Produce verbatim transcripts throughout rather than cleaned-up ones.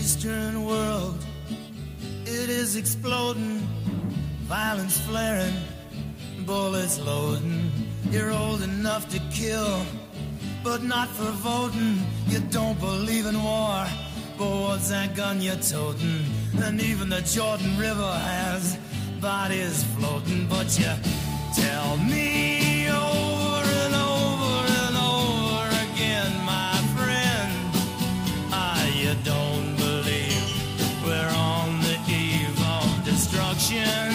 Eastern world, it is exploding, violence flaring, bullets loading. You're old enough to kill, but not for voting. You don't believe in war, but what's that gun you're toting? And even the Jordan River has bodies floating. But you tell me over and over and over again, my friend, ah, you don't believe we're on the eve of destruction.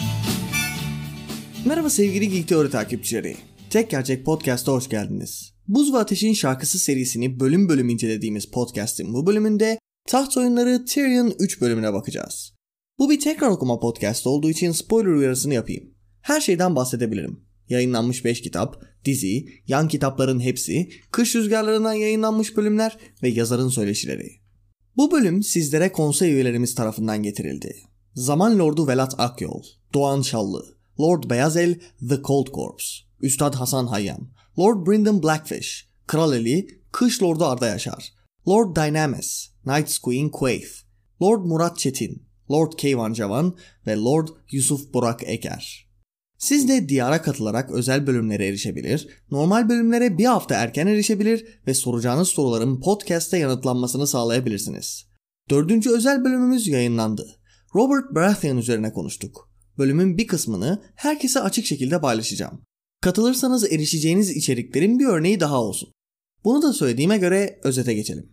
Merhaba sevgili Geek Teori takipçileri. Tek Gerçek Podcast'a hoş geldiniz. Buz ve Ateş'in şarkısı serisini bölüm bölüm incelediğimiz podcast'in bu bölümünde Taht Oyunları Tyrion üç bölümüne bakacağız. Bu bir tekrar okuma podcast olduğu için spoiler uyarısını yapayım. Her şeyden bahsedebilirim. Yayınlanmış beş kitap, dizi, yan kitapların hepsi, Kış Rüzgarlarından yayınlanmış bölümler ve yazarın söyleşileri. Bu bölüm sizlere konsey üyelerimiz tarafından getirildi. Zaman Lordu Velat Akyol, Doğan Şallı, Lord Beyazel The Cold Corpse, Üstad Hasan Hayyam, Lord Brynden Blackfish, Kral Eli, Kış Lordu Arda Yaşar, Lord Dynames, Night's Queen Quaithe, Lord Murat Çetin, Lord Keyvan Cavan ve Lord Yusuf Burak Eker. Siz de diyara katılarak özel bölümlere erişebilir, normal bölümlere bir hafta erken erişebilir ve soracağınız soruların podcast'te yanıtlanmasını sağlayabilirsiniz. Dördüncü özel bölümümüz yayınlandı. Robert Baratheon üzerine konuştuk. Bölümün bir kısmını herkese açık şekilde paylaşacağım. Katılırsanız erişeceğiniz içeriklerin bir örneği daha olsun. Bunu da söylediğime göre özete geçelim.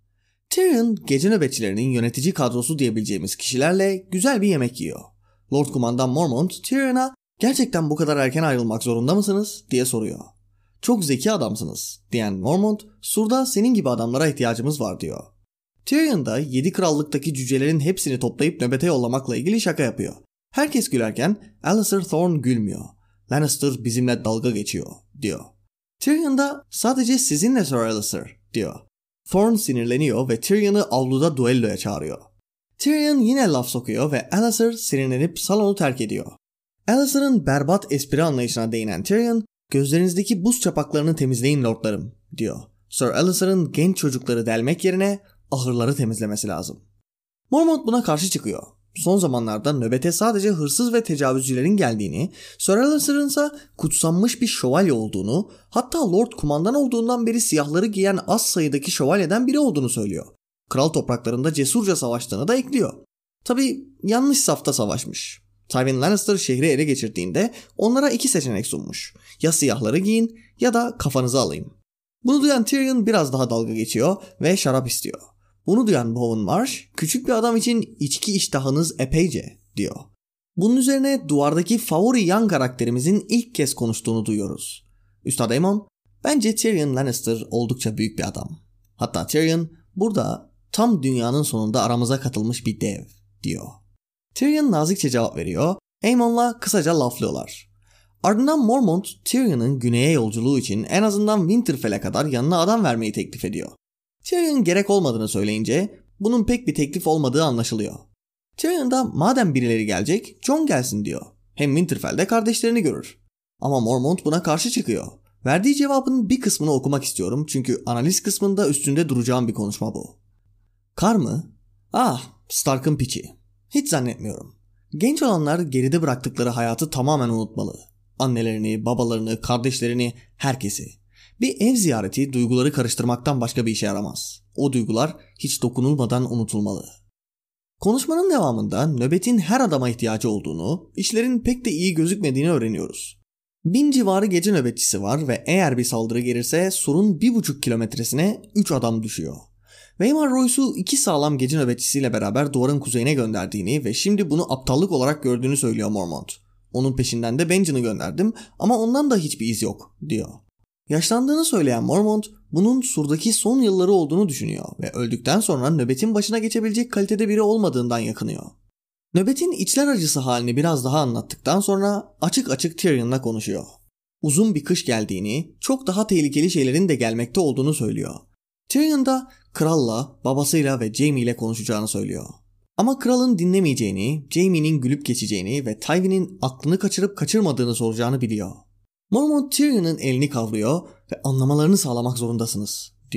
Tyrion, gece nöbetçilerinin yönetici kadrosu diyebileceğimiz kişilerle güzel bir yemek yiyor. Lord Kumandan Mormont, Tyrion'a "Gerçekten bu kadar erken ayrılmak zorunda mısınız?" diye soruyor. "Çok zeki adamsınız," diyen Mormont, "Sur'da senin gibi adamlara ihtiyacımız var," diyor. Tyrion da yedi krallıktaki cücelerin hepsini toplayıp nöbete yollamakla ilgili şaka yapıyor. Herkes gülerken Alliser Thorne gülmüyor. "Lannister bizimle dalga geçiyor," diyor. Tyrion da "Sadece sizinle Sir Alliser," diyor. Thorne sinirleniyor ve Tyrion'u avluda duelloya çağırıyor. Tyrion yine laf sokuyor ve Alliser sinirlenip salonu terk ediyor. Alliser'ın berbat espri anlayışına değinen Tyrion, "Gözlerinizdeki buz çapaklarını temizleyin lordlarım," diyor. Sir Alliser'ın genç çocukları delmek yerine ahırları temizlemesi lazım. Mormont buna karşı çıkıyor. Son zamanlarda nöbete sadece hırsız ve tecavüzcülerin geldiğini, Sir Alliser'ın ise kutsanmış bir şövalye olduğunu, hatta Lord Kumandan olduğundan beri siyahları giyen az sayıdaki şövalyeden biri olduğunu söylüyor. Kral topraklarında cesurca savaştığını da ekliyor. Tabii yanlış safta savaşmış. Tywin Lannister şehri ele geçirdiğinde onlara iki seçenek sunmuş. Ya siyahları giyin ya da kafanızı alayım. Bunu duyan Tyrion biraz daha dalga geçiyor ve şarap istiyor. Bunu duyan Bowen Marsh, "Küçük bir adam için içki iştahınız epeyce," diyor. Bunun üzerine duvardaki favori yan karakterimizin ilk kez konuştuğunu duyuyoruz. Üstad Aemon, "Bence Tyrion Lannister oldukça büyük bir adam. Hatta Tyrion burada tam dünyanın sonunda aramıza katılmış bir dev," diyor. Tyrion nazikçe cevap veriyor, Aemon'la kısaca laflıyorlar. Ardından Mormont, Tyrion'un güneye yolculuğu için en azından Winterfell'e kadar yanına adam vermeyi teklif ediyor. Tyrion gerek olmadığını söyleyince bunun pek bir teklif olmadığı anlaşılıyor. Tyrion da "Madem birileri gelecek, Jon gelsin," diyor. Hem Winterfell'de kardeşlerini görür. Ama Mormont buna karşı çıkıyor. Verdiği cevabın bir kısmını okumak istiyorum çünkü analiz kısmında üstünde duracağım bir konuşma bu. "Kar mı? Ah, Stark'ın piçi. Hiç zannetmiyorum. Genç olanlar geride bıraktıkları hayatı tamamen unutmalı. Annelerini, babalarını, kardeşlerini, herkesi. Bir ev ziyareti duyguları karıştırmaktan başka bir işe yaramaz. O duygular hiç dokunulmadan unutulmalı." Konuşmanın devamında nöbetin her adama ihtiyacı olduğunu, işlerin pek de iyi gözükmediğini öğreniyoruz. Bin civarı gece nöbetçisi var ve eğer bir saldırı gelirse surun bir buçuk kilometresine üç adam düşüyor. Waymar Royce'u iki sağlam gece nöbetçisiyle beraber duvarın kuzeyine gönderdiğini ve şimdi bunu aptallık olarak gördüğünü söylüyor Mormont. "Onun peşinden de Benjen'ı gönderdim ama ondan da hiçbir iz yok," diyor. Yaşlandığını söyleyen Mormont bunun surdaki son yılları olduğunu düşünüyor ve öldükten sonra nöbetin başına geçebilecek kalitede biri olmadığından yakınıyor. Nöbetin içler acısı halini biraz daha anlattıktan sonra açık açık Tyrion'la konuşuyor. Uzun bir kış geldiğini, çok daha tehlikeli şeylerin de gelmekte olduğunu söylüyor. Tyrion da kralla, babasıyla ve Jaime ile konuşacağını söylüyor. Ama kralın dinlemeyeceğini, Jaime'nin gülüp geçeceğini ve Tywin'in aklını kaçırıp kaçırmadığını soracağını biliyor. Mormont Tyrion'un elini kavruyor ve "Anlamalarını sağlamak zorundasınız," diyor.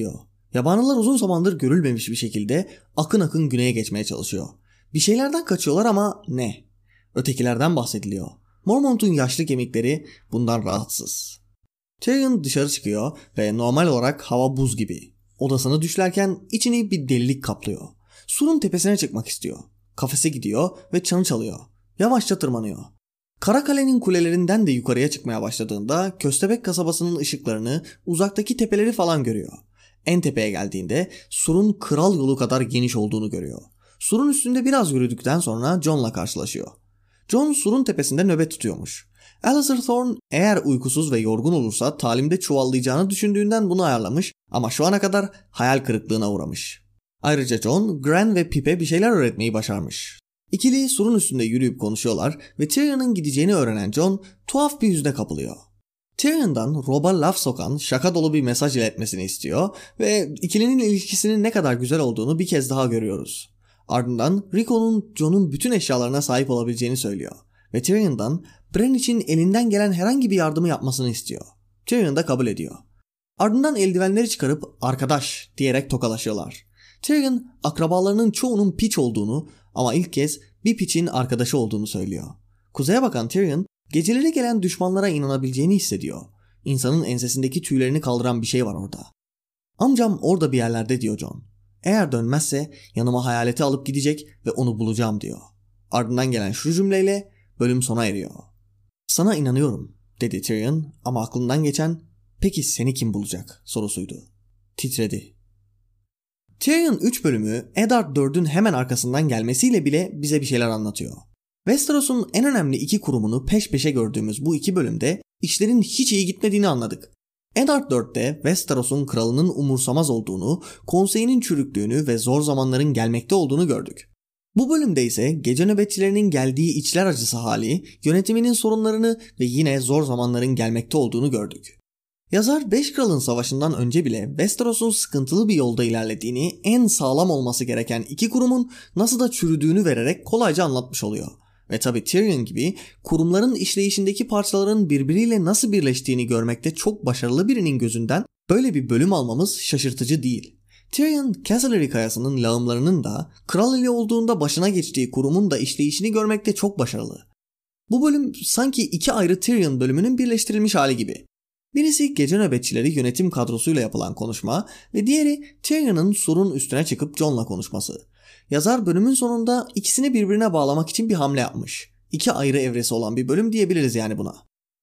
Yabaniler uzun zamandır görülmemiş bir şekilde akın akın güneye geçmeye çalışıyor. Bir şeylerden kaçıyorlar ama ne? Ötekilerden bahsediliyor. Mormont'un yaşlı kemikleri bundan rahatsız. Tyrion dışarı çıkıyor ve normal olarak hava buz gibi. Odasını düşlerken içini bir delilik kaplıyor. Surun tepesine çıkmak istiyor. Kafese gidiyor ve çanı çalıyor. Yavaşça tırmanıyor. Karakale'nin kulelerinden de yukarıya çıkmaya başladığında Köstebek kasabasının ışıklarını, uzaktaki tepeleri falan görüyor. En tepeye geldiğinde surun kral yolu kadar geniş olduğunu görüyor. Surun üstünde biraz yürüdükten sonra Jon'la karşılaşıyor. Jon surun tepesinde nöbet tutuyormuş. Alliser Thorne eğer uykusuz ve yorgun olursa talimde çuvallayacağını düşündüğünden bunu ayarlamış ama şu ana kadar hayal kırıklığına uğramış. Ayrıca Jon, Gran ve Pip'e bir şeyler öğretmeyi başarmış. İkili surun üstünde yürüyüp konuşuyorlar ve Tyrion'un gideceğini öğrenen Jon tuhaf bir hüzne kapılıyor. Tyrion'dan Robb'a laf sokan şaka dolu bir mesaj iletmesini istiyor ve ikilinin ilişkisinin ne kadar güzel olduğunu bir kez daha görüyoruz. Ardından Rickon'un Jon'un bütün eşyalarına sahip olabileceğini söylüyor ve Tyrion'dan Bran için elinden gelen herhangi bir yardımı yapmasını istiyor. Tyrion da kabul ediyor. Ardından eldivenleri çıkarıp arkadaş diyerek tokalaşıyorlar. Tyrion akrabalarının çoğunun piç olduğunu ama ilk kez bir piçin arkadaşı olduğunu söylüyor. Kuzeye bakan Tyrion geceleri gelen düşmanlara inanabileceğini hissediyor. İnsanın ensesindeki tüylerini kaldıran bir şey var orada. Amcam orada bir yerlerde diyor Jon. Eğer dönmezse yanıma hayaleti alıp gidecek ve onu bulacağım diyor. Ardından gelen şu cümleyle bölüm sona eriyor. Sana inanıyorum dedi Tyrion ama aklından geçen peki seni kim bulacak sorusuydu. Titredi. Tyrion üç bölümü Eddard dördün hemen arkasından gelmesiyle bile bize bir şeyler anlatıyor. Westeros'un en önemli iki kurumunu peş peşe gördüğümüz bu iki bölümde işlerin hiç iyi gitmediğini anladık. Eddard dörtte Westeros'un kralının umursamaz olduğunu, konseyinin çürüklüğünü ve zor zamanların gelmekte olduğunu gördük. Bu bölümde ise gece nöbetçilerinin geldiği içler acısı hali, yönetiminin sorunlarını ve yine zor zamanların gelmekte olduğunu gördük. Yazar Beş Kral'ın savaşından önce bile Westeros'un sıkıntılı bir yolda ilerlediğini, en sağlam olması gereken iki kurumun nasıl da çürüdüğünü vererek kolayca anlatmış oluyor. Ve tabi Tyrion gibi kurumların işleyişindeki parçaların birbiriyle nasıl birleştiğini görmekte çok başarılı birinin gözünden böyle bir bölüm almamız şaşırtıcı değil. Tyrion, Castlereagh kayasının lağımlarının da kral eli olduğunda başına geçtiği kurumun da işleyişini görmekte çok başarılı. Bu bölüm sanki iki ayrı Tyrion bölümünün birleştirilmiş hali gibi. Birisi gece nöbetçileri yönetim kadrosuyla yapılan konuşma ve diğeri Tyrion'un surun üstüne çıkıp Jon'la konuşması. Yazar bölümün sonunda ikisini birbirine bağlamak için bir hamle yapmış. İki ayrı evresi olan bir bölüm diyebiliriz yani buna.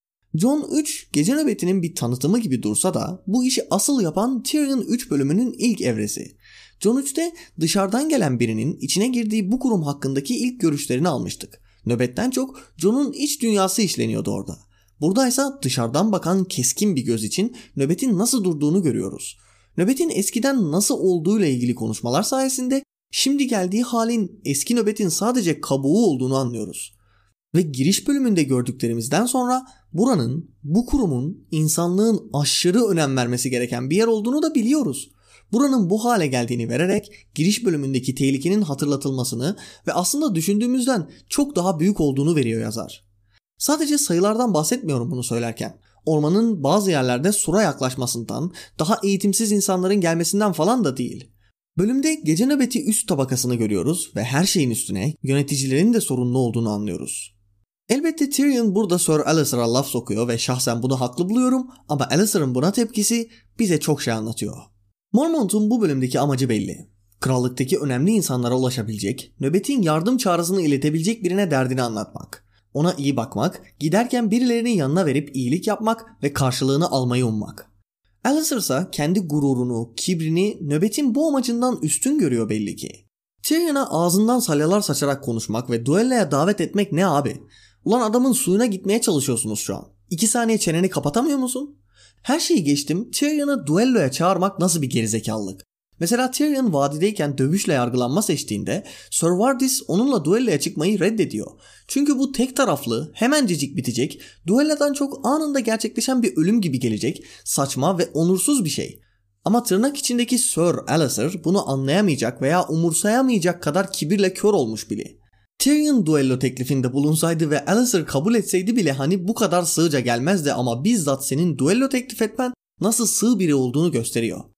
Jon üç gece nöbetinin bir tanıtımı gibi dursa da bu işi asıl yapan Tyrion üç bölümünün ilk evresi. Jon üçte dışarıdan gelen birinin içine girdiği bu kurum hakkındaki ilk görüşlerini almıştık. Nöbetten çok Jon'un iç dünyası işleniyordu orada. Buradaysa dışarıdan bakan keskin bir göz için nöbetin nasıl durduğunu görüyoruz. Nöbetin eskiden nasıl olduğuyla ilgili konuşmalar sayesinde şimdi geldiği halin eski nöbetin sadece kabuğu olduğunu anlıyoruz. Ve giriş bölümünde gördüklerimizden sonra buranın, bu kurumun insanlığın aşırı önem vermesi gereken bir yer olduğunu da biliyoruz. Buranın bu hale geldiğini vererek giriş bölümündeki tehlikenin hatırlatılmasını ve aslında düşündüğümüzden çok daha büyük olduğunu veriyor yazar. Sadece sayılardan bahsetmiyorum bunu söylerken. Ormanın bazı yerlerde sura yaklaşmasından, daha eğitimsiz insanların gelmesinden falan da değil. Bölümde gece nöbeti üst tabakasını görüyoruz ve her şeyin üstüne yöneticilerin de sorunlu olduğunu anlıyoruz. Elbette Tyrion burada Sir Alliser'a laf sokuyor ve şahsen bunu haklı buluyorum ama Alliser'ın buna tepkisi bize çok şey anlatıyor. Mormont'un bu bölümdeki amacı belli. Krallıktaki önemli insanlara ulaşabilecek, nöbetin yardım çağrısını iletebilecek birine derdini anlatmak. Ona iyi bakmak, giderken birilerinin yanına verip iyilik yapmak ve karşılığını almayı ummak. Alliser ise kendi gururunu, kibrini nöbetin bu amacından üstün görüyor belli ki. Tyrion'a ağzından salyalar saçarak konuşmak ve duelloya davet etmek ne abi? Ulan adamın suyuna gitmeye çalışıyorsunuz şu an. İki saniye çeneni kapatamıyor musun? Her şeyi geçtim, Tyrion'u duelloya çağırmak nasıl bir gerizekalılık? Mesela Tyrion vadideyken dövüşle yargılanma seçtiğinde Sir Vardis onunla duelloya çıkmayı reddediyor. Çünkü bu tek taraflı, hemencecik bitecek, duellodan çok anında gerçekleşen bir ölüm gibi gelecek, saçma ve onursuz bir şey. Ama tırnak içindeki Sir Alliser bunu anlayamayacak veya umursayamayacak kadar kibirle kör olmuş bile. Tyrion duello teklifinde bulunsaydı ve Alliser kabul etseydi bile hani bu kadar sığca gelmezdi ama bizzat senin duello teklif etmen nasıl sığ biri olduğunu gösteriyor.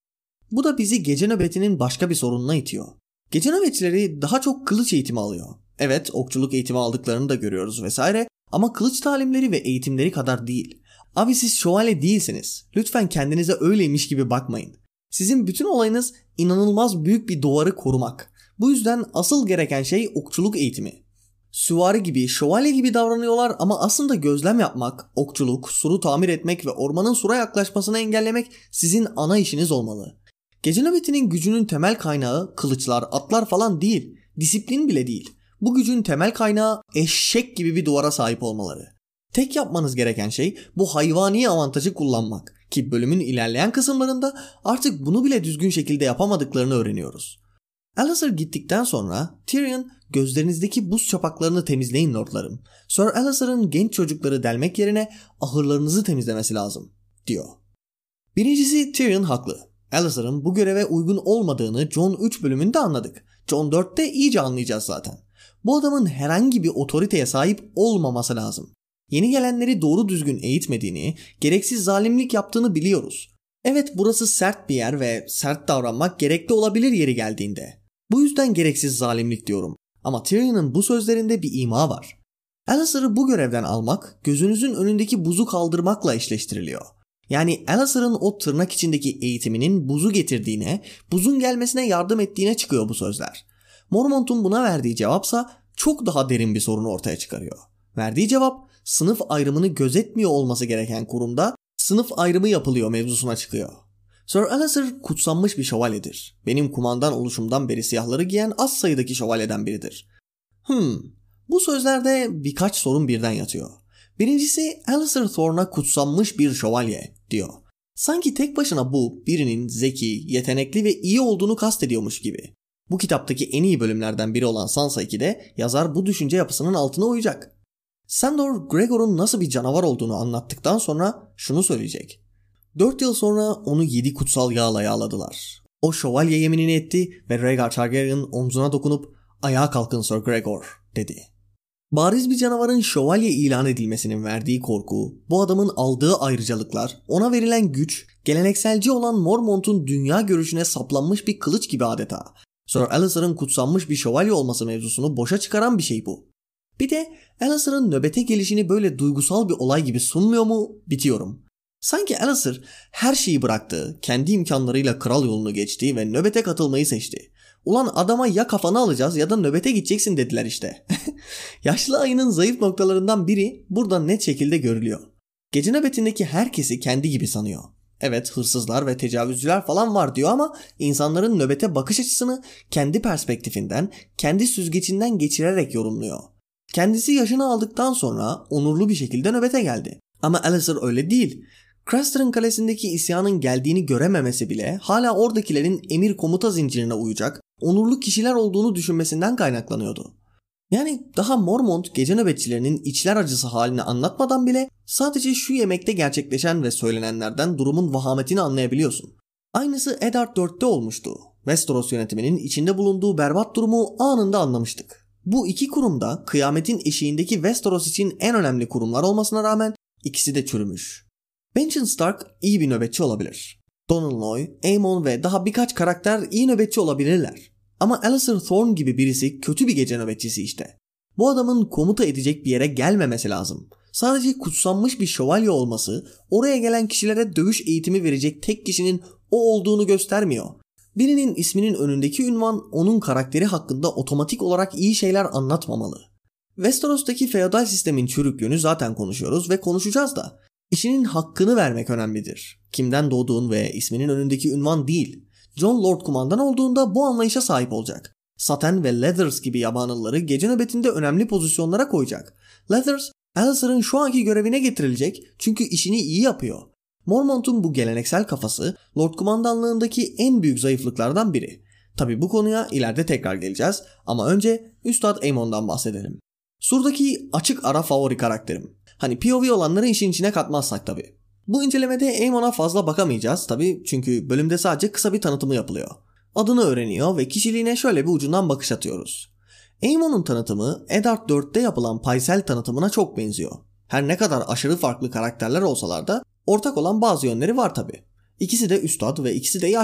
Bu da bizi gece nöbetinin başka bir sorununa itiyor. Gece nöbetçileri daha çok kılıç eğitimi alıyor. Evet, okçuluk eğitimi aldıklarını da görüyoruz vesaire ama kılıç talimleri ve eğitimleri kadar değil. Abi siz şövalye değilsiniz. Lütfen kendinize öyleymiş gibi bakmayın. Sizin bütün olayınız inanılmaz büyük bir duvarı korumak. Bu yüzden asıl gereken şey okçuluk eğitimi. Süvari gibi, şövalye gibi davranıyorlar ama aslında gözlem yapmak, okçuluk, suru tamir etmek ve ormanın sura yaklaşmasını engellemek sizin ana işiniz olmalı. Gece nöbetinin gücünün temel kaynağı kılıçlar, atlar falan değil, disiplin bile değil. Bu gücün temel kaynağı eşek gibi bir duvara sahip olmaları. Tek yapmanız gereken şey bu hayvani avantajı kullanmak ki bölümün ilerleyen kısımlarında artık bunu bile düzgün şekilde yapamadıklarını öğreniyoruz. Alliser gittikten sonra Tyrion gözlerinizdeki buz çapaklarını temizleyin lordlarım. Sir Alliser'ın genç çocukları delmek yerine ahırlarınızı temizlemesi lazım diyor. Birincisi Tyrion haklı. Alliser'ın bu göreve uygun olmadığını Jon üç bölümünde anladık. Jon dörtte iyice anlayacağız zaten. Bu adamın herhangi bir otoriteye sahip olmaması lazım. Yeni gelenleri doğru düzgün eğitmediğini, gereksiz zalimlik yaptığını biliyoruz. Evet, burası sert bir yer ve sert davranmak gerekli olabilir yeri geldiğinde. Bu yüzden gereksiz zalimlik diyorum. Ama Tyrion'un bu sözlerinde bir ima var. Alliser'ı bu görevden almak, gözünüzün önündeki buzu kaldırmakla eşleştiriliyor. Yani Alliser'ın o tırnak içindeki eğitiminin buzu getirdiğine, buzun gelmesine yardım ettiğine çıkıyor bu sözler. Mormont'un buna verdiği cevapsa çok daha derin bir sorunu ortaya çıkarıyor. Verdiği cevap, sınıf ayrımını gözetmiyor olması gereken kurumda sınıf ayrımı yapılıyor mevzusuna çıkıyor. Sir Alliser kutsanmış bir şövalyedir. Benim kumandan oluşumdan beri siyahları giyen az sayıdaki şövalyeden biridir. Hmm, bu sözlerde birkaç sorun birden yatıyor. Birincisi, Alliser Thorne'a kutsanmış bir şövalye diyor. Sanki tek başına bu birinin zeki, yetenekli ve iyi olduğunu kastediyormuş gibi. Bu kitaptaki en iyi bölümlerden biri olan Sansa iki'de yazar bu düşünce yapısının altına uyacak. Sandor, Gregor'un nasıl bir canavar olduğunu anlattıktan sonra şunu söyleyecek. Dört yıl sonra onu yedi kutsal yağla yağladılar. O şövalye yeminini etti ve Rhaegar Targaryen omzuna dokunup "Ayağa kalkın Sir Gregor" dedi. Bariz bir canavarın şövalye ilan edilmesinin verdiği korku, bu adamın aldığı ayrıcalıklar, ona verilen güç, gelenekselci olan Mormont'un dünya görüşüne saplanmış bir kılıç gibi adeta. Sir Alliser'ın kutsanmış bir şövalye olması mevzusunu boşa çıkaran bir şey bu. Bir de Alliser'ın nöbete gelişini böyle duygusal bir olay gibi sunmuyor mu? Bitiyorum. Sanki Alliser her şeyi bıraktı, kendi imkanlarıyla kral yolunu geçti ve nöbete katılmayı seçti. Ulan adama ya kafanı alacağız ya da nöbete gideceksin dediler işte. Yaşlı ayının zayıf noktalarından biri burada net şekilde görülüyor. Gece nöbetindeki herkesi kendi gibi sanıyor. Evet, hırsızlar ve tecavüzcüler falan var diyor ama insanların nöbete bakış açısını kendi perspektifinden, kendi süzgecinden geçirerek yorumluyor. Kendisi yaşını aldıktan sonra onurlu bir şekilde nöbete geldi. Ama Alliser öyle değil. Craster'ın kalesindeki isyanın geldiğini görememesi bile hala oradakilerin emir komuta zincirine uyacak, onurlu kişiler olduğunu düşünmesinden kaynaklanıyordu. Yani daha Mormont gece nöbetçilerinin içler acısı halini anlatmadan bile sadece şu yemekte gerçekleşen ve söylenenlerden durumun vahametini anlayabiliyorsun. Aynısı Eddard dörtte olmuştu. Westeros yönetiminin içinde bulunduğu berbat durumu anında anlamıştık. Bu iki kurum da kıyametin eşiğindeki Westeros için en önemli kurumlar olmasına rağmen ikisi de çürümüş. Benjen Stark iyi bir nöbetçi olabilir. Donal Noy, Aemon ve daha birkaç karakter iyi nöbetçi olabilirler. Ama Alliser Thorne gibi birisi kötü bir gece nöbetçisi işte. Bu adamın komuta edecek bir yere gelmemesi lazım. Sadece kutsanmış bir şövalye olması oraya gelen kişilere dövüş eğitimi verecek tek kişinin o olduğunu göstermiyor. Birinin isminin önündeki ünvan onun karakteri hakkında otomatik olarak iyi şeyler anlatmamalı. Westeros'taki feodal sistemin çürüklüğünü zaten konuşuyoruz ve konuşacağız da. İşinin hakkını vermek önemlidir. Kimden doğduğun ve isminin önündeki ünvan değil. Jon Lord kumandan olduğunda bu anlayışa sahip olacak. Saten ve Leathers gibi yabanılları gece nöbetinde önemli pozisyonlara koyacak. Leathers, Alliser'ın şu anki görevine getirilecek çünkü işini iyi yapıyor. Mormont'un bu geleneksel kafası Lord kumandanlığındaki en büyük zayıflıklardan biri. Tabi bu konuya ileride tekrar geleceğiz ama önce Üstad Aemon'dan bahsedelim. Sur'daki açık ara favori karakterim. Hani P O V olanları işin içine katmazsak tabi. Bu incelemede Aemon'a fazla bakamayacağız tabi çünkü bölümde sadece kısa bir tanıtımı yapılıyor. Adını öğreniyor ve kişiliğine şöyle bir ucundan bakış atıyoruz. Aemon'un tanıtımı Eddard dörtte yapılan Pycelle tanıtımına çok benziyor. Her ne kadar aşırı farklı karakterler olsalar da ortak olan bazı yönleri var tabi. İkisi de üstad ve ikisi de yaşlı.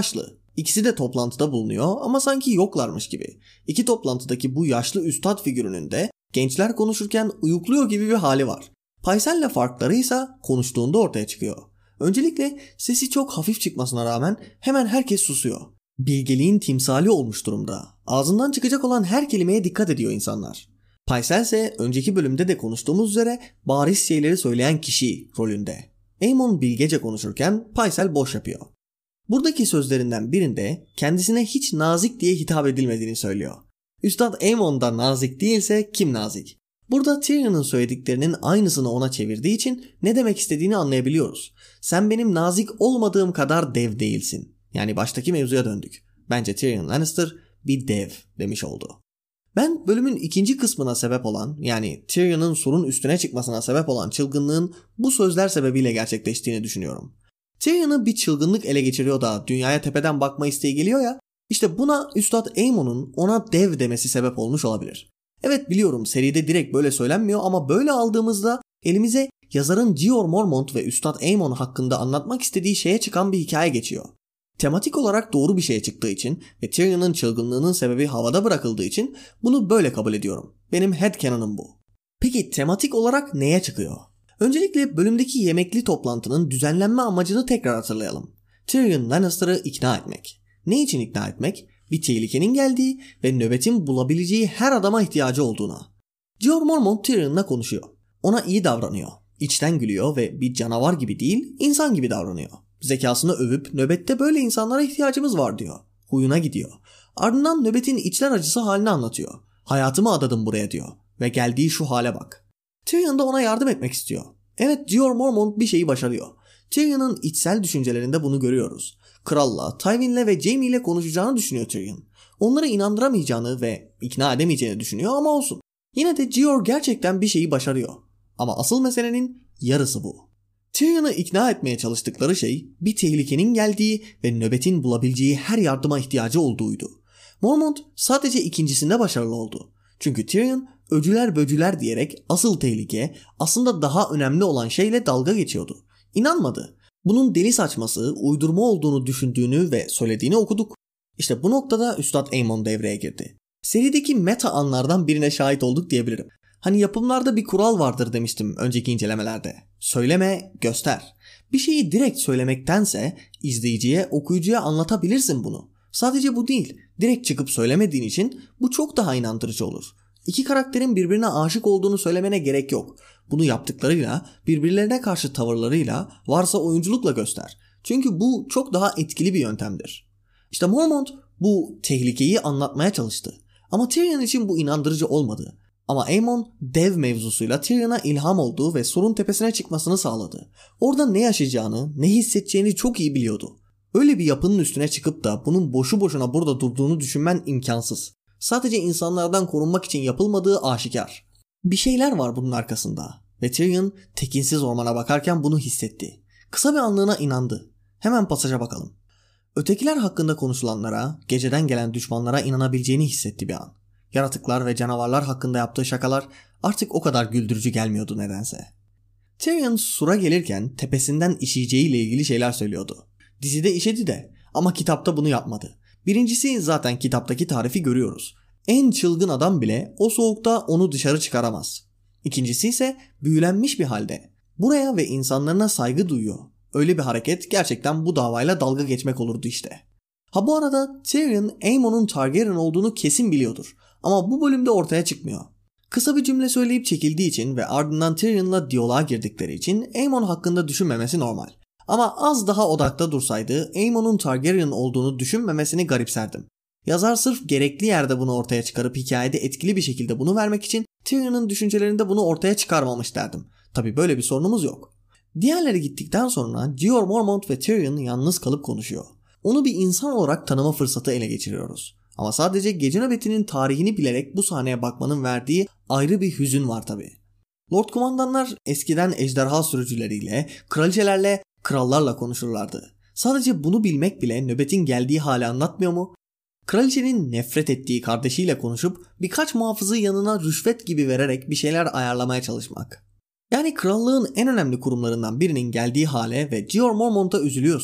İkisi de toplantıda bulunuyor ama sanki yoklarmış gibi. İki toplantıdaki bu yaşlı üstad figürünün de gençler konuşurken uyukluyor gibi bir hali var. Paysel'le farkları ise konuştuğunda ortaya çıkıyor. Öncelikle sesi çok hafif çıkmasına rağmen hemen herkes susuyor. Bilgeliğin timsali olmuş durumda. Ağzından çıkacak olan her kelimeye dikkat ediyor insanlar. Paysel ise önceki bölümde de konuştuğumuz üzere bariz şeyleri söyleyen kişi rolünde. Aemon bilgece konuşurken Paysel boş yapıyor. Buradaki sözlerinden birinde kendisine hiç nazik diye hitap edilmediğini söylüyor. Üstad Aemon da nazik değilse kim nazik? Burada Tyrion'un söylediklerinin aynısını ona çevirdiği için ne demek istediğini anlayabiliyoruz. Sen benim nazik olmadığım kadar dev değilsin. Yani baştaki mevzuya döndük. Bence Tyrion Lannister bir dev demiş oldu. Ben bölümün ikinci kısmına sebep olan, yani Tyrion'un surun üstüne çıkmasına sebep olan çılgınlığın bu sözler sebebiyle gerçekleştiğini düşünüyorum. Tyrion'u bir çılgınlık ele geçiriyor da dünyaya tepeden bakma isteği geliyor ya, işte buna Üstad Aemon'un ona dev demesi sebep olmuş olabilir. Evet biliyorum seride direkt böyle söylenmiyor ama böyle aldığımızda elimize yazarın Jeor Mormont ve Üstad Aemon hakkında anlatmak istediği şeye çıkan bir hikaye geçiyor. Tematik olarak doğru bir şeye çıktığı için ve Tyrion'un çılgınlığının sebebi havada bırakıldığı için bunu böyle kabul ediyorum. Benim headcanon'um bu. Peki tematik olarak neye çıkıyor? Öncelikle bölümdeki yemekli toplantının düzenlenme amacını tekrar hatırlayalım. Tyrion Lannister'ı ikna etmek. Ne için ikna etmek? Bir tehlikenin geldiği ve nöbetin bulabileceği her adama ihtiyacı olduğuna. Jeor Mormont Tyrion'la konuşuyor. Ona iyi davranıyor. İçten gülüyor ve bir canavar gibi değil, insan gibi davranıyor. Zekasını övüp nöbette böyle insanlara ihtiyacımız var diyor. Huyuna gidiyor. Ardından nöbetin içler acısı halini anlatıyor. Hayatımı adadım buraya diyor. Ve geldiği şu hale bak. Tyrion da ona yardım etmek istiyor. Evet Jeor Mormont bir şeyi başarıyor. Tyrion'un içsel düşüncelerinde bunu görüyoruz. Kralla, Tywin'le ve Jaime'yle konuşacağını düşünüyor Tyrion. Onları inandıramayacağını ve ikna edemeyeceğini düşünüyor ama olsun. Yine de Jeor gerçekten bir şeyi başarıyor. Ama asıl meselenin yarısı bu. Tyrion'u ikna etmeye çalıştıkları şey bir tehlikenin geldiği ve nöbetin bulabileceği her yardıma ihtiyacı olduğuydu. Mormont sadece ikincisinde başarılı oldu. Çünkü Tyrion öcüler böcüler diyerek asıl tehlike aslında daha önemli olan şeyle dalga geçiyordu. İnanmadı. Bunun deli saçması, uydurma olduğunu düşündüğünü ve söylediğini okuduk. İşte bu noktada Üstad Aemon devreye girdi. Serideki meta anlardan birine şahit olduk diyebilirim. Hani yapımlarda bir kural vardır demiştim önceki incelemelerde. Söyleme, göster. Bir şeyi direkt söylemektense izleyiciye, okuyucuya anlatabilirsin bunu. Sadece bu değil, direkt çıkıp söylemediğin için bu çok daha inandırıcı olur. İki karakterin birbirine aşık olduğunu söylemene gerek yok. Bunu yaptıklarıyla, birbirlerine karşı tavırlarıyla, varsa oyunculukla göster. Çünkü bu çok daha etkili bir yöntemdir. İşte Mormont bu tehlikeyi anlatmaya çalıştı. Ama Tyrion için bu inandırıcı olmadı. Ama Aemon dev mevzusuyla Tyrion'a ilham olduğu ve surun tepesine çıkmasını sağladı. Orada ne yaşayacağını, ne hissedeceğini çok iyi biliyordu. Öyle bir yapının üstüne çıkıp da bunun boşu boşuna burada durduğunu düşünmen imkansız. Sadece insanlardan korunmak için yapılmadığı aşikar. Bir şeyler var bunun arkasında. Ve Tyrion tekinsiz ormana bakarken bunu hissetti. Kısa bir anlığına inandı. Hemen pasaja bakalım. Ötekiler hakkında konuşulanlara, geceden gelen düşmanlara inanabileceğini hissetti bir an. Yaratıklar ve canavarlar hakkında yaptığı şakalar artık o kadar güldürücü gelmiyordu nedense. Tyrion sura gelirken tepesinden işeyeceğiyle ilgili şeyler söylüyordu. Dizide işedi de ama kitapta bunu yapmadı. Birincisi zaten kitaptaki tarifi görüyoruz. En çılgın adam bile o soğukta onu dışarı çıkaramaz. İkincisi ise büyülenmiş bir halde. Buraya ve insanlarına saygı duyuyor. Öyle bir hareket gerçekten bu davayla dalga geçmek olurdu işte. Ha bu arada Tyrion Aemon'un Targaryen olduğunu kesin biliyordur. Ama bu bölümde ortaya çıkmıyor. Kısa bir cümle söyleyip çekildiği için ve ardından Tyrion'la diyaloğa girdikleri için Aemon hakkında düşünmemesi normal. Ama az daha odakta dursaydı Aemon'un Targaryen olduğunu düşünmemesini garipserdim. Yazar sırf gerekli yerde bunu ortaya çıkarıp hikayede etkili bir şekilde bunu vermek için Tyrion'un düşüncelerinde bunu ortaya çıkarmamış derdim. Tabi böyle bir sorunumuz yok. Diğerleri gittikten sonra Jeor Mormont ve Tyrion yalnız kalıp konuşuyor. Onu bir insan olarak tanıma fırsatı ele geçiriyoruz. Ama sadece gece nöbetinin tarihini bilerek bu sahneye bakmanın verdiği ayrı bir hüzün var tabi. Lord kumandanlar eskiden ejderha sürücüleriyle, kraliçelerle, krallarla konuşurlardı. Sadece bunu bilmek bile nöbetin geldiği hali anlatmıyor mu? Kraliçenin nefret ettiği kardeşiyle konuşup birkaç muhafızı yanına rüşvet gibi vererek bir şeyler ayarlamaya çalışmak. Yani krallığın en önemli kurumlarından birinin geldiği hale ve Jeor Mormont'a üzülüyorsun.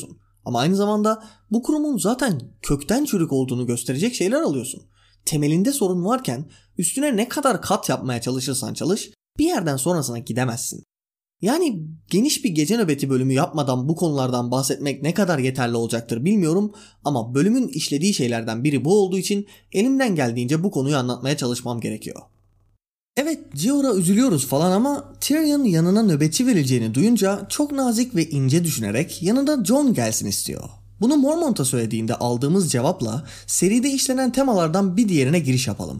Ama aynı zamanda bu kurumun zaten kökten çürük olduğunu gösterecek şeyler alıyorsun. Temelinde sorun varken üstüne ne kadar kat yapmaya çalışırsan çalış bir yerden sonrasına gidemezsin. Yani geniş bir gece nöbeti bölümü yapmadan bu konulardan bahsetmek ne kadar yeterli olacaktır bilmiyorum ama bölümün işlediği şeylerden biri bu olduğu için elimden geldiğince bu konuyu anlatmaya çalışmam gerekiyor. Evet, Jorah'a üzülüyoruz falan ama Tyrion yanına nöbetçi verileceğini duyunca çok nazik ve ince düşünerek yanında Jon gelsin istiyor. Bunu Mormont'a söylediğinde aldığımız cevapla seride işlenen temalardan bir diğerine giriş yapalım.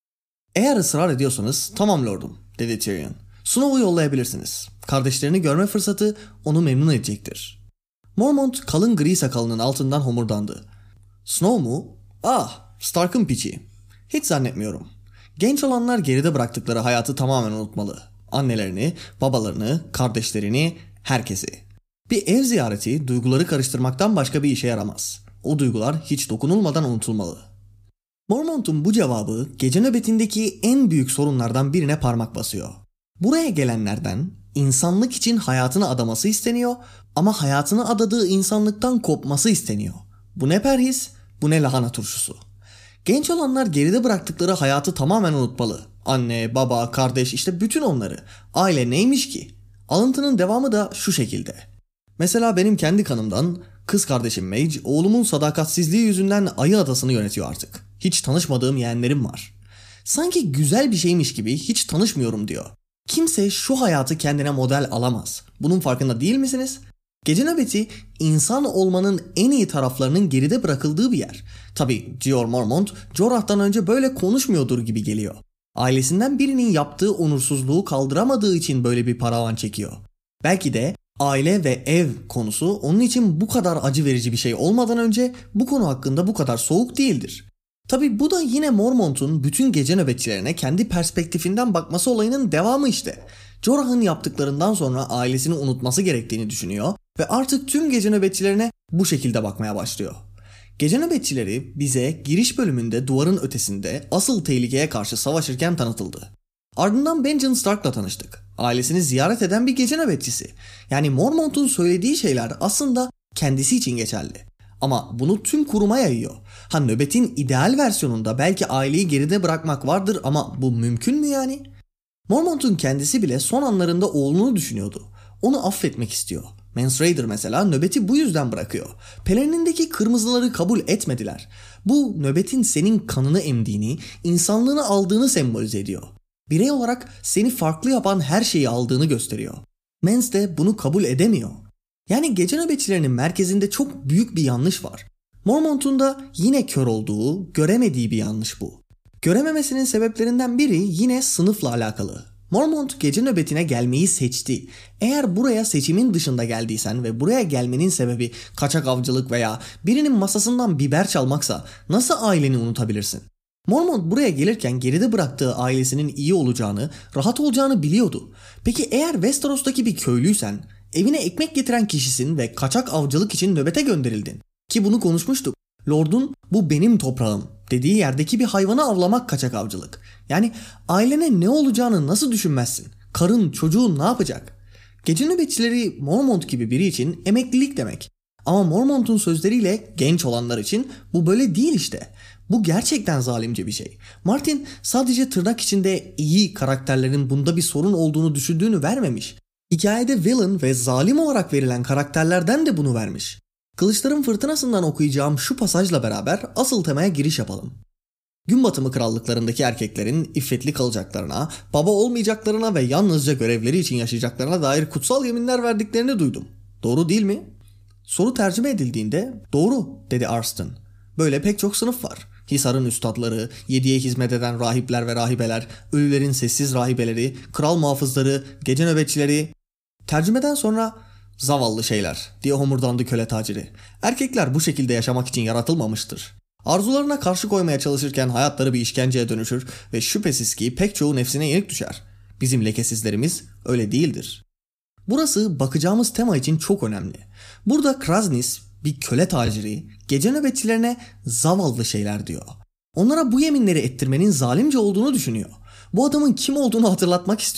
Eğer ısrar ediyorsanız tamam lordum dedi Tyrion. Snow'u yollayabilirsiniz. Kardeşlerini görme fırsatı onu memnun edecektir. Mormont kalın gri sakalının altından homurdandı. Snow mu? Ah, Stark'ın piçi. Hiç zannetmiyorum. Genç olanlar geride bıraktıkları hayatı tamamen unutmalı. Annelerini, babalarını, kardeşlerini, herkesi. Bir ev ziyareti duyguları karıştırmaktan başka bir işe yaramaz. O duygular hiç dokunulmadan unutulmalı. Mormont'un bu cevabı gece nöbetindeki en büyük sorunlardan birine parmak basıyor. Buraya gelenlerden insanlık için hayatını adaması isteniyor ama hayatını adadığı insanlıktan kopması isteniyor. Bu ne perhis, bu ne lahana turşusu. Genç olanlar geride bıraktıkları hayatı tamamen unutmalı. Anne, baba, kardeş, işte bütün onları. Aile neymiş ki? Alıntının devamı da şu şekilde. Mesela benim kendi kanımdan kız kardeşim Mage, oğlumun sadakatsizliği yüzünden Ayı Adası'nı yönetiyor artık. Hiç tanışmadığım yeğenlerim var. Sanki güzel bir şeymiş gibi hiç tanışmıyorum diyor. Kimse şu hayatı kendine model alamaz. Bunun farkında değil misiniz? Gece nöbeti insan olmanın en iyi taraflarının geride bırakıldığı bir yer. Tabii Jeor Mormont Jorah'tan önce böyle konuşmuyordur gibi geliyor. Ailesinden birinin yaptığı onursuzluğu kaldıramadığı için böyle bir paravan çekiyor. Belki de aile ve ev konusu onun için bu kadar acı verici bir şey olmadan önce bu konu hakkında bu kadar soğuk değildir. Tabii bu da yine Mormont'un bütün gece nöbetçilerine kendi perspektifinden bakması olayının devamı işte. Jorah'ın yaptıklarından sonra ailesini unutması gerektiğini düşünüyor ve artık tüm gece nöbetçilerine bu şekilde bakmaya başlıyor. Gece nöbetçileri bize giriş bölümünde duvarın ötesinde asıl tehlikeye karşı savaşırken tanıtıldı. Ardından Benjen Stark'la tanıştık. Ailesini ziyaret eden bir gece nöbetçisi. Yani Mormont'un söylediği şeyler aslında kendisi için geçerli. Ama bunu tüm kuruma yayıyor. Ha, nöbetin ideal versiyonunda belki aileyi geride bırakmak vardır ama bu mümkün mü yani? Mormont'un kendisi bile son anlarında oğlunu düşünüyordu. Onu affetmek istiyor. Mance Rayder mesela nöbeti bu yüzden bırakıyor. Pelerinindeki kırmızıları kabul etmediler. Bu nöbetin senin kanını emdiğini, insanlığını aldığını sembolize ediyor. Birey olarak seni farklı yapan her şeyi aldığını gösteriyor. Mance de bunu kabul edemiyor. Yani gece nöbetçilerinin merkezinde çok büyük bir yanlış var. Mormont'un da yine kör olduğu, göremediği bir yanlış bu. Görememesinin sebeplerinden biri yine sınıfla alakalı. Mormont gece nöbetine gelmeyi seçti. Eğer buraya seçimin dışında geldiysen ve buraya gelmenin sebebi kaçak avcılık veya birinin masasından biber çalmaksa nasıl aileni unutabilirsin? Mormont buraya gelirken geride bıraktığı ailesinin iyi olacağını, rahat olacağını biliyordu. Peki eğer Westeros'taki bir köylüysen, evine ekmek getiren kişisin ve kaçak avcılık için nöbete gönderildin. Ki bunu konuşmuştuk. Lord'un bu benim toprağım dediği yerdeki bir hayvanı avlamak kaçak avcılık. Yani ailene ne olacağını nasıl düşünmezsin? Karın, çocuğun ne yapacak? Gece nöbetçileri Mormont gibi biri için emeklilik demek. Ama Mormont'un sözleriyle genç olanlar için bu böyle değil işte. Bu gerçekten zalimce bir şey. Martin sadece tırnak içinde iyi karakterlerin bunda bir sorun olduğunu düşündüğünü vermemiş. Hikayede villain ve zalim olarak verilen karakterlerden de bunu vermiş. Kılıçların Fırtınası'ndan okuyacağım şu pasajla beraber asıl temaya giriş yapalım. Gün batımı krallıklarındaki erkeklerin iffetli kalacaklarına, baba olmayacaklarına ve yalnızca görevleri için yaşayacaklarına dair kutsal yeminler verdiklerini duydum. Doğru değil mi? Soru tercüme edildiğinde doğru dedi Arston. Böyle pek çok sınıf var. Hisar'ın üstadları, yediye hizmet eden rahipler ve rahibeler, ölülerin sessiz rahibeleri, kral muhafızları, gece nöbetçileri. Tercümeden sonra zavallı şeyler diye homurdandı köle taciri. Erkekler bu şekilde yaşamak için yaratılmamıştır. Arzularına karşı koymaya çalışırken hayatları bir işkenceye dönüşür ve şüphesiz ki pek çoğu nefsine yenik düşer. Bizim lekesizlerimiz öyle değildir. Burası bakacağımız tema için çok önemli. Burada Kraznys bir köle taciri gece nöbetçilerine zavallı şeyler diyor. Onlara bu yeminleri ettirmenin zalimce olduğunu düşünüyor. Bu adamın kim olduğunu hatırlatmak istiyorum.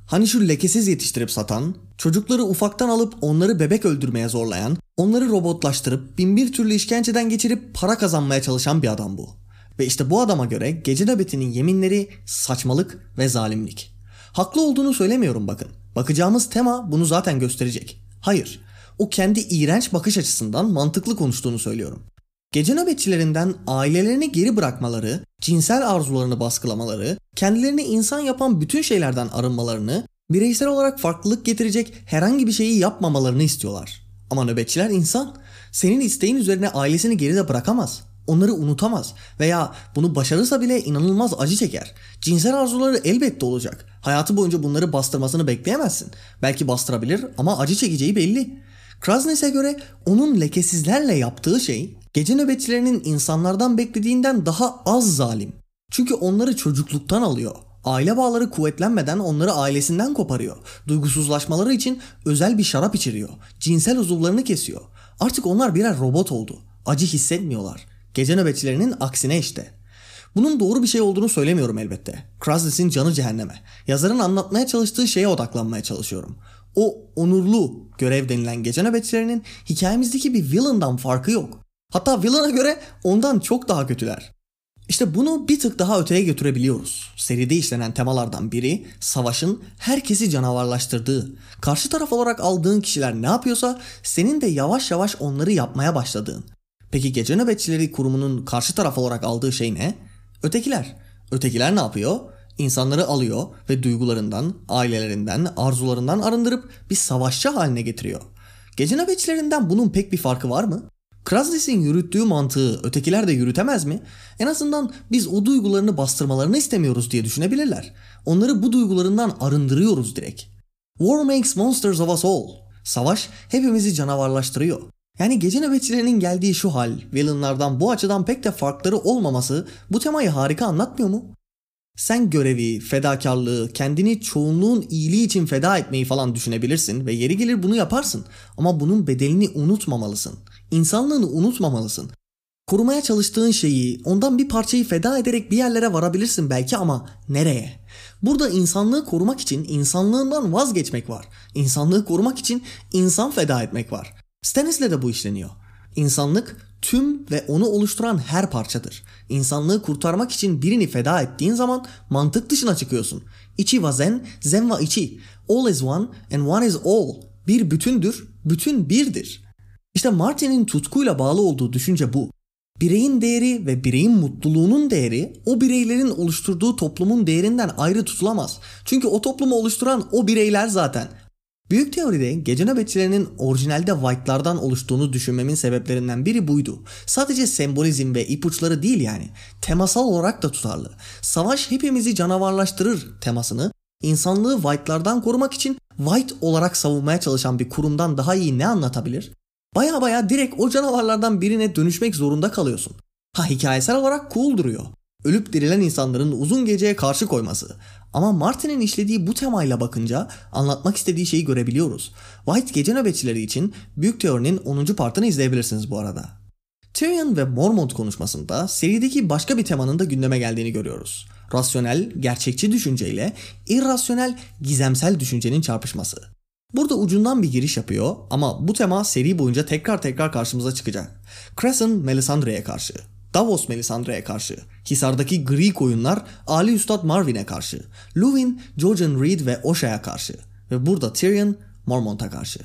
Hani şu lekesiz yetiştirip satan, çocukları ufaktan alıp onları bebek öldürmeye zorlayan, onları robotlaştırıp bin bir türlü işkenceden geçirip para kazanmaya çalışan bir adam bu. Ve işte bu adama göre gece nöbetinin yeminleri saçmalık ve zalimlik. Haklı olduğunu söylemiyorum bakın. Bakacağımız tema bunu zaten gösterecek. Hayır, o kendi iğrenç bakış açısından mantıklı konuştuğunu söylüyorum. Gece nöbetçilerinden ailelerini geri bırakmaları, cinsel arzularını baskılamaları, kendilerini insan yapan bütün şeylerden arınmalarını, bireysel olarak farklılık getirecek herhangi bir şeyi yapmamalarını istiyorlar. Ama nöbetçiler insan. Senin isteğin üzerine ailesini geride bırakamaz. Onları unutamaz veya bunu başarırsa bile inanılmaz acı çeker. Cinsel arzuları elbette olacak. Hayatı boyunca bunları bastırmasını bekleyemezsin. Belki bastırabilir ama acı çekeceği belli. Krasnis'e göre onun lekesizlerle yaptığı şey gece nöbetçilerinin insanlardan beklediğinden daha az zalim. Çünkü onları çocukluktan alıyor. Aile bağları kuvvetlenmeden onları ailesinden koparıyor. Duygusuzlaşmaları için özel bir şarap içiriyor. Cinsel uzuvlarını kesiyor. Artık onlar birer robot oldu. Acı hissetmiyorlar. Gece nöbetçilerinin aksine işte. Bunun doğru bir şey olduğunu söylemiyorum elbette. Krasnis'in canı cehenneme. Yazarın anlatmaya çalıştığı şeye odaklanmaya çalışıyorum. O onurlu görev denilen gece nöbetçilerinin hikayemizdeki bir villain'dan farkı yok. Hatta villain'a göre ondan çok daha kötüler. İşte bunu bir tık daha öteye götürebiliyoruz. Seride işlenen temalardan biri savaşın herkesi canavarlaştırdığı. Karşı taraf olarak aldığın kişiler ne yapıyorsa senin de yavaş yavaş onları yapmaya başladığın. Peki gece nöbetçileri kurumunun karşı taraf olarak aldığı şey ne? Ötekiler. Ötekiler ne yapıyor? İnsanları alıyor ve duygularından, ailelerinden, arzularından arındırıp bir savaşçı haline getiriyor. Gece nöbetçilerinden bunun pek bir farkı var mı? Krasnis'in yürüttüğü mantığı ötekiler de yürütemez mi? En azından biz o duygularını bastırmalarını istemiyoruz diye düşünebilirler. Onları bu duygularından arındırıyoruz direkt. War makes monsters of us all. Savaş hepimizi canavarlaştırıyor. Yani gece nöbetçilerinin geldiği şu hal, villainlardan bu açıdan pek de farkları olmaması bu temayı harika anlatmıyor mu? Sen görevi, fedakarlığı, kendini çoğunluğun iyiliği için feda etmeyi falan düşünebilirsin ve yeri gelir bunu yaparsın. Ama bunun bedelini unutmamalısın. İnsanlığını unutmamalısın. Korumaya çalıştığın şeyi, ondan bir parçayı feda ederek bir yerlere varabilirsin belki ama nereye? Burada insanlığı korumak için insanlığından vazgeçmek var. İnsanlığı korumak için insan feda etmek var. Stannis'le de bu işleniyor. İnsanlık tüm ve onu oluşturan her parçadır. İnsanlığı kurtarmak için birini feda ettiğin zaman mantık dışına çıkıyorsun. İçi wa zen, zen wa içi. All is one and one is all. Bir bütündür, bütün birdir. İşte Martin'in tutkuyla bağlı olduğu düşünce bu. Bireyin değeri ve bireyin mutluluğunun değeri o bireylerin oluşturduğu toplumun değerinden ayrı tutulamaz. Çünkü o toplumu oluşturan o bireyler zaten. Büyük teoride gece nöbetçilerinin orijinalde White'lardan oluştuğunu düşünmemin sebeplerinden biri buydu. Sadece sembolizm ve ipuçları değil yani. Temasal olarak da tutarlı. Savaş hepimizi canavarlaştırır temasını insanlığı White'lardan korumak için White olarak savunmaya çalışan bir kurumdan daha iyi ne anlatabilir? Baya baya direkt o canavarlardan birine dönüşmek zorunda kalıyorsun. Ha hikayesel olarak cool duruyor. Ölüp dirilen insanların uzun geceye karşı koyması. Ama Martin'in işlediği bu temayla bakınca anlatmak istediği şeyi görebiliyoruz. White gece nöbetçileri için Büyük Teori'nin onuncu partını izleyebilirsiniz bu arada. Tyrion ve Mormont konuşmasında serideki başka bir temanın da gündeme geldiğini görüyoruz. Rasyonel, gerçekçi düşünceyle irrasyonel, gizemsel düşüncenin çarpışması. Burada ucundan bir giriş yapıyor ama bu tema seri boyunca tekrar tekrar karşımıza çıkacak. Cresson Melisandre'ye karşı, Davos Melisandre'ye karşı, Hisar'daki gri koyunlar Ali Üstad Marvin'e karşı, Luwin, Jojen Reed ve Osha'ya karşı ve burada Tyrion Mormont'a karşı.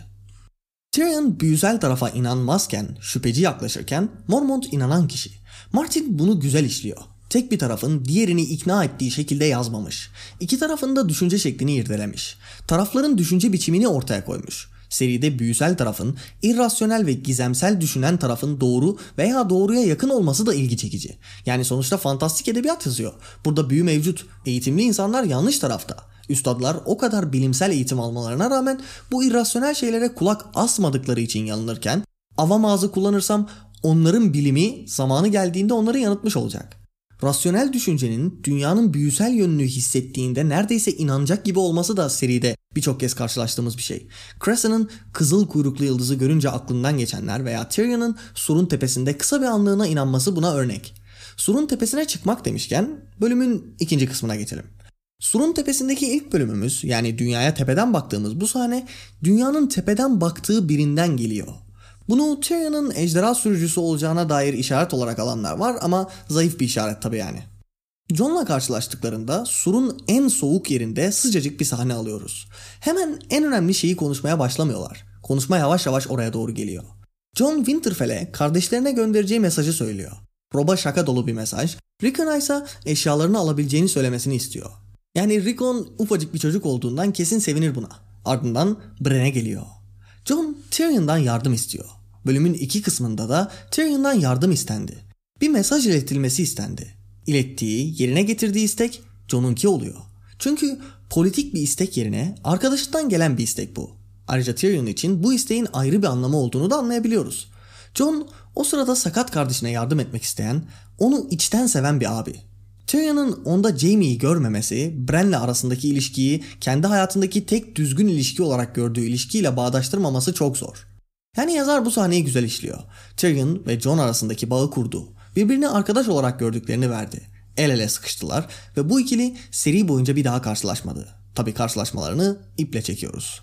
Tyrion büyüsel tarafa inanmazken, şüpheci yaklaşırken Mormont inanan kişi. Martin bunu güzel işliyor. Tek bir tarafın diğerini ikna ettiği şekilde yazmamış. İki tarafın da düşünce şeklini irdelemiş. Tarafların düşünce biçimini ortaya koymuş. Seride büyüsel tarafın, irrasyonel ve gizemsel düşünen tarafın doğru veya doğruya yakın olması da ilgi çekici. Yani sonuçta fantastik edebiyat yazıyor. Burada büyü mevcut. Eğitimli insanlar yanlış tarafta. Üstadlar o kadar bilimsel eğitim almalarına rağmen bu irrasyonel şeylere kulak asmadıkları için yanılırken, avam ağzı kullanırsam onların bilimi zamanı geldiğinde onları yanıltmış olacak. Rasyonel düşüncenin dünyanın büyüsel yönünü hissettiğinde neredeyse inanacak gibi olması da seride birçok kez karşılaştığımız bir şey. Cresson'ın kızıl kuyruklu yıldızı görünce aklından geçenler veya Tyrion'un surun tepesinde kısa bir anlığına inanması buna örnek. Surun tepesine çıkmak demişken bölümün ikinci kısmına geçelim. Surun tepesindeki ilk bölümümüz, yani dünyaya tepeden baktığımız bu sahne, dünyanın tepeden baktığı birinden geliyor. Bunu Tyrion'un ejderha sürücüsü olacağına dair işaret olarak alanlar var ama zayıf bir işaret tabii yani. Jon'la karşılaştıklarında surun en soğuk yerinde sıcacık bir sahne alıyoruz. Hemen en önemli şeyi konuşmaya başlamıyorlar. Konuşma yavaş yavaş oraya doğru geliyor. Jon Winterfell'e kardeşlerine göndereceği mesajı söylüyor. Rob'a şaka dolu bir mesaj. Rickon'a ise eşyalarını alabileceğini söylemesini istiyor. Yani Rickon ufacık bir çocuk olduğundan kesin sevinir buna. Ardından Brienne'e geliyor. Jon Tyrion'dan yardım istiyor. Bölümün iki kısmında da Tyrion'dan yardım istendi. Bir mesaj iletilmesi istendi. İlettiği, yerine getirdiği istek Jon'unki oluyor. Çünkü politik bir istek yerine arkadaşından gelen bir istek bu. Ayrıca Tyrion için bu isteğin ayrı bir anlamı olduğunu da anlayabiliyoruz. Jon o sırada sakat kardeşine yardım etmek isteyen, onu içten seven bir abi. Tyrion'un onda Jaime'yi görmemesi, Bran'le arasındaki ilişkiyi kendi hayatındaki tek düzgün ilişki olarak gördüğü ilişkiyle bağdaştırmaması çok zor. Yani yazar bu sahneyi güzel işliyor. Tyrion ve Jon arasındaki bağı kurdu. Birbirini arkadaş olarak gördüklerini verdi. El ele sıkıştılar ve bu ikili seri boyunca bir daha karşılaşmadı. Tabii karşılaşmalarını iple çekiyoruz.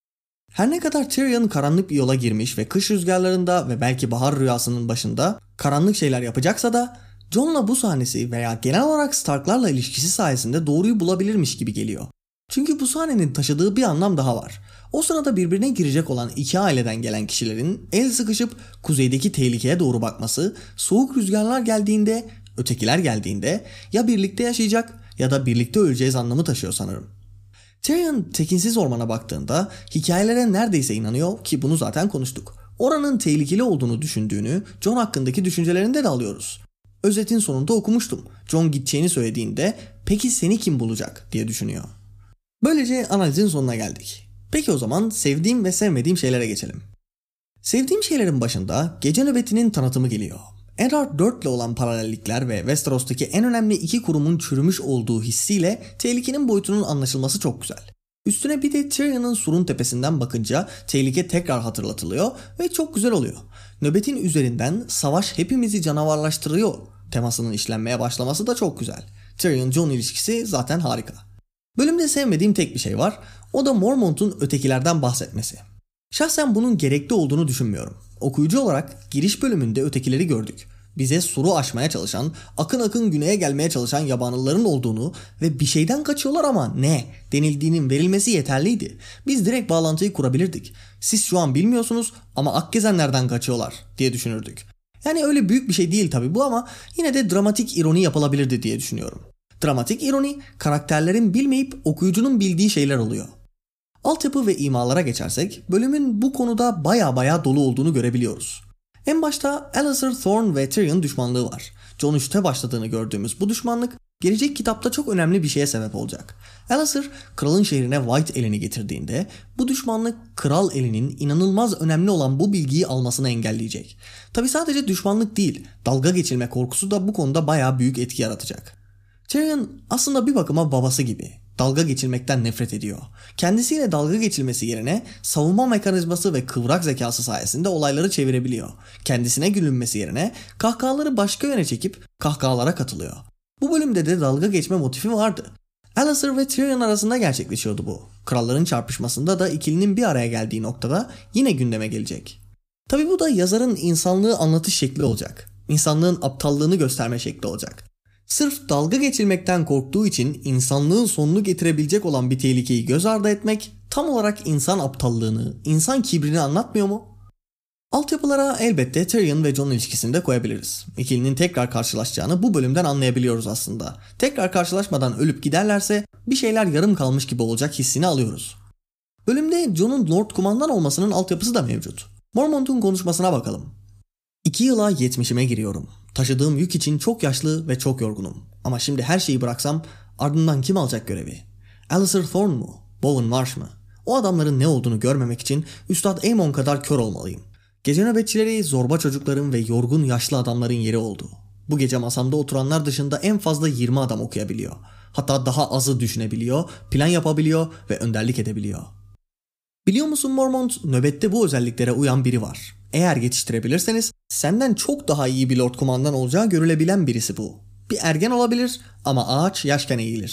Her ne kadar Tyrion karanlık bir yola girmiş ve kış rüzgarlarında ve belki bahar rüyasının başında karanlık şeyler yapacaksa da Jon'la bu sahnesi veya genel olarak Stark'larla ilişkisi sayesinde doğruyu bulabilirmiş gibi geliyor. Çünkü bu sahnenin taşıdığı bir anlam daha var. O sırada birbirine girecek olan iki aileden gelen kişilerin el sıkışıp kuzeydeki tehlikeye doğru bakması, soğuk rüzgarlar geldiğinde, ötekiler geldiğinde ya birlikte yaşayacak ya da birlikte öleceğiz anlamı taşıyor sanırım. Tyrion tekinsiz ormana baktığında hikayelere neredeyse inanıyor ki bunu zaten konuştuk. Oranın tehlikeli olduğunu düşündüğünü Jon hakkındaki düşüncelerinde de alıyoruz. Özetin sonunda okumuştum. Jon gideceğini söylediğinde peki seni kim bulacak diye düşünüyor. Böylece analizin sonuna geldik. Peki o zaman sevdiğim ve sevmediğim şeylere geçelim. Sevdiğim şeylerin başında Gece Nöbeti'nin tanıtımı geliyor. Eddard dört ile olan paralellikler ve Westeros'taki en önemli iki kurumun çürümüş olduğu hissiyle tehlikenin boyutunun anlaşılması çok güzel. Üstüne bir de Tyrion'un surun tepesinden bakınca tehlike tekrar hatırlatılıyor ve çok güzel oluyor. Nöbetin üzerinden savaş hepimizi canavarlaştırıyor temasının işlenmeye başlaması da çok güzel. Tyrion-Jon ilişkisi zaten harika. Bölümde sevmediğim tek bir şey var. O da Mormont'un ötekilerden bahsetmesi. Şahsen bunun gerekli olduğunu düşünmüyorum. Okuyucu olarak giriş bölümünde ötekileri gördük. Bize suru aşmaya çalışan, akın akın güneye gelmeye çalışan yabanılların olduğunu ve bir şeyden kaçıyorlar ama ne denildiğinin verilmesi yeterliydi. Biz direkt bağlantıyı kurabilirdik. Siz şu an bilmiyorsunuz ama Akgezenlerden kaçıyorlar diye düşünürdük. Yani öyle büyük bir şey değil tabii bu ama yine de dramatik ironi yapılabilirdi diye düşünüyorum. Dramatik ironi, karakterlerin bilmeyip okuyucunun bildiği şeyler oluyor. Altyapı ve imalara geçersek bölümün bu konuda baya baya dolu olduğunu görebiliyoruz. En başta Alliser Thorne ve Tyrion düşmanlığı var. Jon üçte başladığını gördüğümüz bu düşmanlık gelecek kitapta çok önemli bir şeye sebep olacak. Alliser kralın şehrine White elini getirdiğinde bu düşmanlık kral elinin inanılmaz önemli olan bu bilgiyi almasını engelleyecek. Tabi sadece düşmanlık değil, dalga geçilme korkusu da bu konuda baya büyük etki yaratacak. Tyrion aslında bir bakıma babası gibi. Dalga geçilmekten nefret ediyor. Kendisiyle dalga geçilmesi yerine savunma mekanizması ve kıvrak zekası sayesinde olayları çevirebiliyor. Kendisine gülünmesi yerine kahkahaları başka yöne çekip kahkahalara katılıyor. Bu bölümde de dalga geçme motifi vardı. Alliser ve Tyrion arasında gerçekleşiyordu bu. Kralların çarpışmasında da ikilinin bir araya geldiği noktada yine gündeme gelecek. Tabi bu da yazarın insanlığı anlatış şekli olacak. İnsanlığın aptallığını gösterme şekli olacak. Sırf dalga geçilmekten korktuğu için insanlığın sonunu getirebilecek olan bir tehlikeyi göz ardı etmek tam olarak insan aptallığını, insan kibrini anlatmıyor mu? Altyapılara elbette Tyrion ve Jon ilişkisini de koyabiliriz. İkilinin tekrar karşılaşacağını bu bölümden anlayabiliyoruz aslında. Tekrar karşılaşmadan ölüp giderlerse bir şeyler yarım kalmış gibi olacak hissini alıyoruz. Bölümde Jon'un Lord Kumandan olmasının altyapısı da mevcut. Mormont'un konuşmasına bakalım. İki yıla yetmişime giriyorum. Taşıdığım yük için çok yaşlı ve çok yorgunum. Ama şimdi her şeyi bıraksam ardından kim alacak görevi? Alliser Thorne mu? Bowen Marsh mı? O adamların ne olduğunu görmemek için Üstad Aemon kadar kör olmalıyım. Gece nöbetçileri zorba çocukların ve yorgun yaşlı adamların yeri oldu. Bu gece masamda oturanlar dışında en fazla yirmi adam okuyabiliyor. Hatta daha azı düşünebiliyor, plan yapabiliyor ve önderlik edebiliyor. Biliyor musun Mormont, nöbette bu özelliklere uyan biri var. Eğer yetiştirebilirseniz senden çok daha iyi bir Lord Kumandan olacağı görülebilen birisi bu. Bir ergen olabilir ama ağaç yaşken eğilir.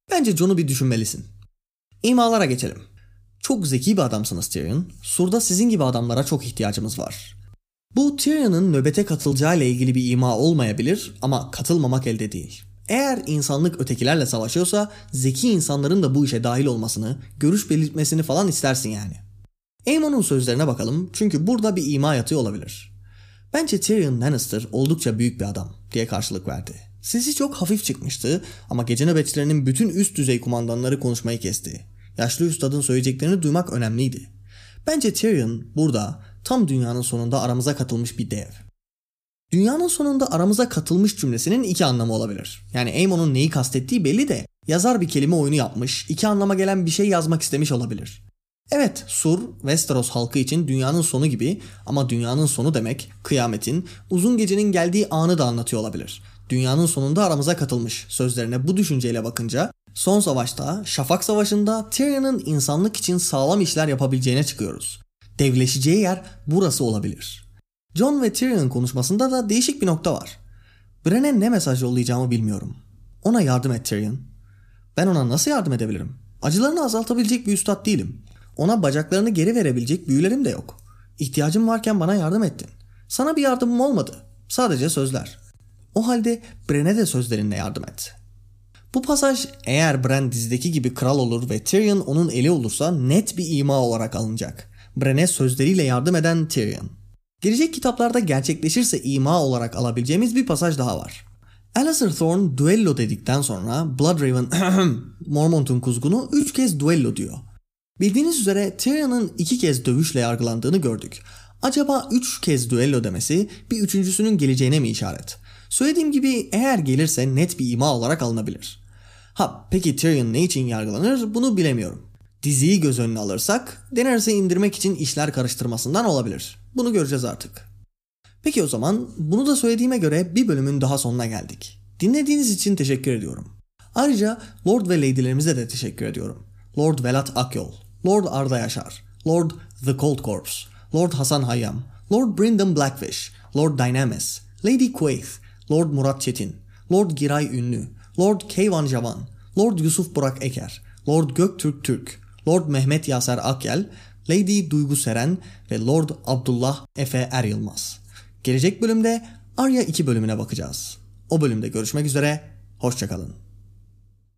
Bence Jon'u bir düşünmelisin. İmalara geçelim. Çok zeki bir adamsınız Tyrion. Sur'da sizin gibi adamlara çok ihtiyacımız var. Bu Tyrion'un nöbete katılacağı ile ilgili bir ima olmayabilir ama katılmamak elde değil. Eğer insanlık ötekilerle savaşıyorsa zeki insanların da bu işe dahil olmasını, görüş belirtmesini falan istersin yani. Aemon'un sözlerine bakalım çünkü burada bir ima yatıyor olabilir. Bence Tyrion Lannister oldukça büyük bir adam diye karşılık verdi. Sesi çok hafif çıkmıştı ama gece nöbetçilerinin bütün üst düzey kumandanları konuşmayı kesti. Yaşlı üstadın söyleyeceklerini duymak önemliydi. Bence Tyrion burada tam dünyanın sonunda aramıza katılmış bir dev. Dünyanın sonunda aramıza katılmış cümlesinin iki anlamı olabilir. Yani Aemon'un neyi kastettiği belli de yazar bir kelime oyunu yapmış, iki anlama gelen bir şey yazmak istemiş olabilir. Evet, Sur, Westeros halkı için dünyanın sonu gibi ama dünyanın sonu demek, kıyametin, uzun gecenin geldiği anı da anlatıyor olabilir. Dünyanın sonunda aramıza katılmış sözlerine bu düşünceyle bakınca, son savaşta, Şafak Savaşı'nda Tyrion'un insanlık için sağlam işler yapabileceğine çıkıyoruz. Devleşeceği yer burası olabilir. Jon ve Tyrion konuşmasında da değişik bir nokta var. Bran'e ne mesaj yollayacağımı bilmiyorum. Ona yardım et Tyrion. Ben ona nasıl yardım edebilirim? Acılarını azaltabilecek bir üstad değilim. Ona bacaklarını geri verebilecek büyülerim de yok. İhtiyacım varken bana yardım ettin. Sana bir yardımım olmadı. Sadece sözler. O halde Bran'e de sözlerinle yardım et. Bu pasaj eğer Bran dizideki gibi kral olur ve Tyrion onun eli olursa net bir ima olarak alınacak. Bran'e sözleriyle yardım eden Tyrion. Gelecek kitaplarda gerçekleşirse ima olarak alabileceğimiz bir pasaj daha var. Alliser Thorne duello dedikten sonra Bloodraven Mormont'un kuzgunu üç kez duello diyor. Bildiğiniz üzere Tyrion'un iki kez dövüşle yargılandığını gördük. Acaba üç kez duello demesi bir üçüncüsünün geleceğine mi işaret? Söylediğim gibi eğer gelirse net bir ima olarak alınabilir. Ha peki Tyrion ne için yargılanır bunu bilemiyorum. Diziyi göz önüne alırsak Daenerys'i indirmek için işler karıştırmasından olabilir. Bunu göreceğiz artık. Peki o zaman bunu da söylediğime göre bir bölümün daha sonuna geldik. Dinlediğiniz için teşekkür ediyorum. Ayrıca Lord ve Lady'lerimize de teşekkür ediyorum. Lord Velat Akyol, Lord Arda Yaşar, Lord The Cold Corpse, Lord Hasan Hayyam, Lord Bryndon Blackfish, Lord Dynamis, Lady Quaithe, Lord Murat Çetin, Lord Giray Ünlü, Lord Keyvan Javan, Lord Yusuf Burak Eker, Lord Göktürk Türk, Lord Mehmet Yaser Akyel, Lady Duygu Seren ve Lord Abdullah Efe Er Yılmaz. Gelecek bölümde Arya iki bölümüne bakacağız. O bölümde görüşmek üzere, hoşça kalın.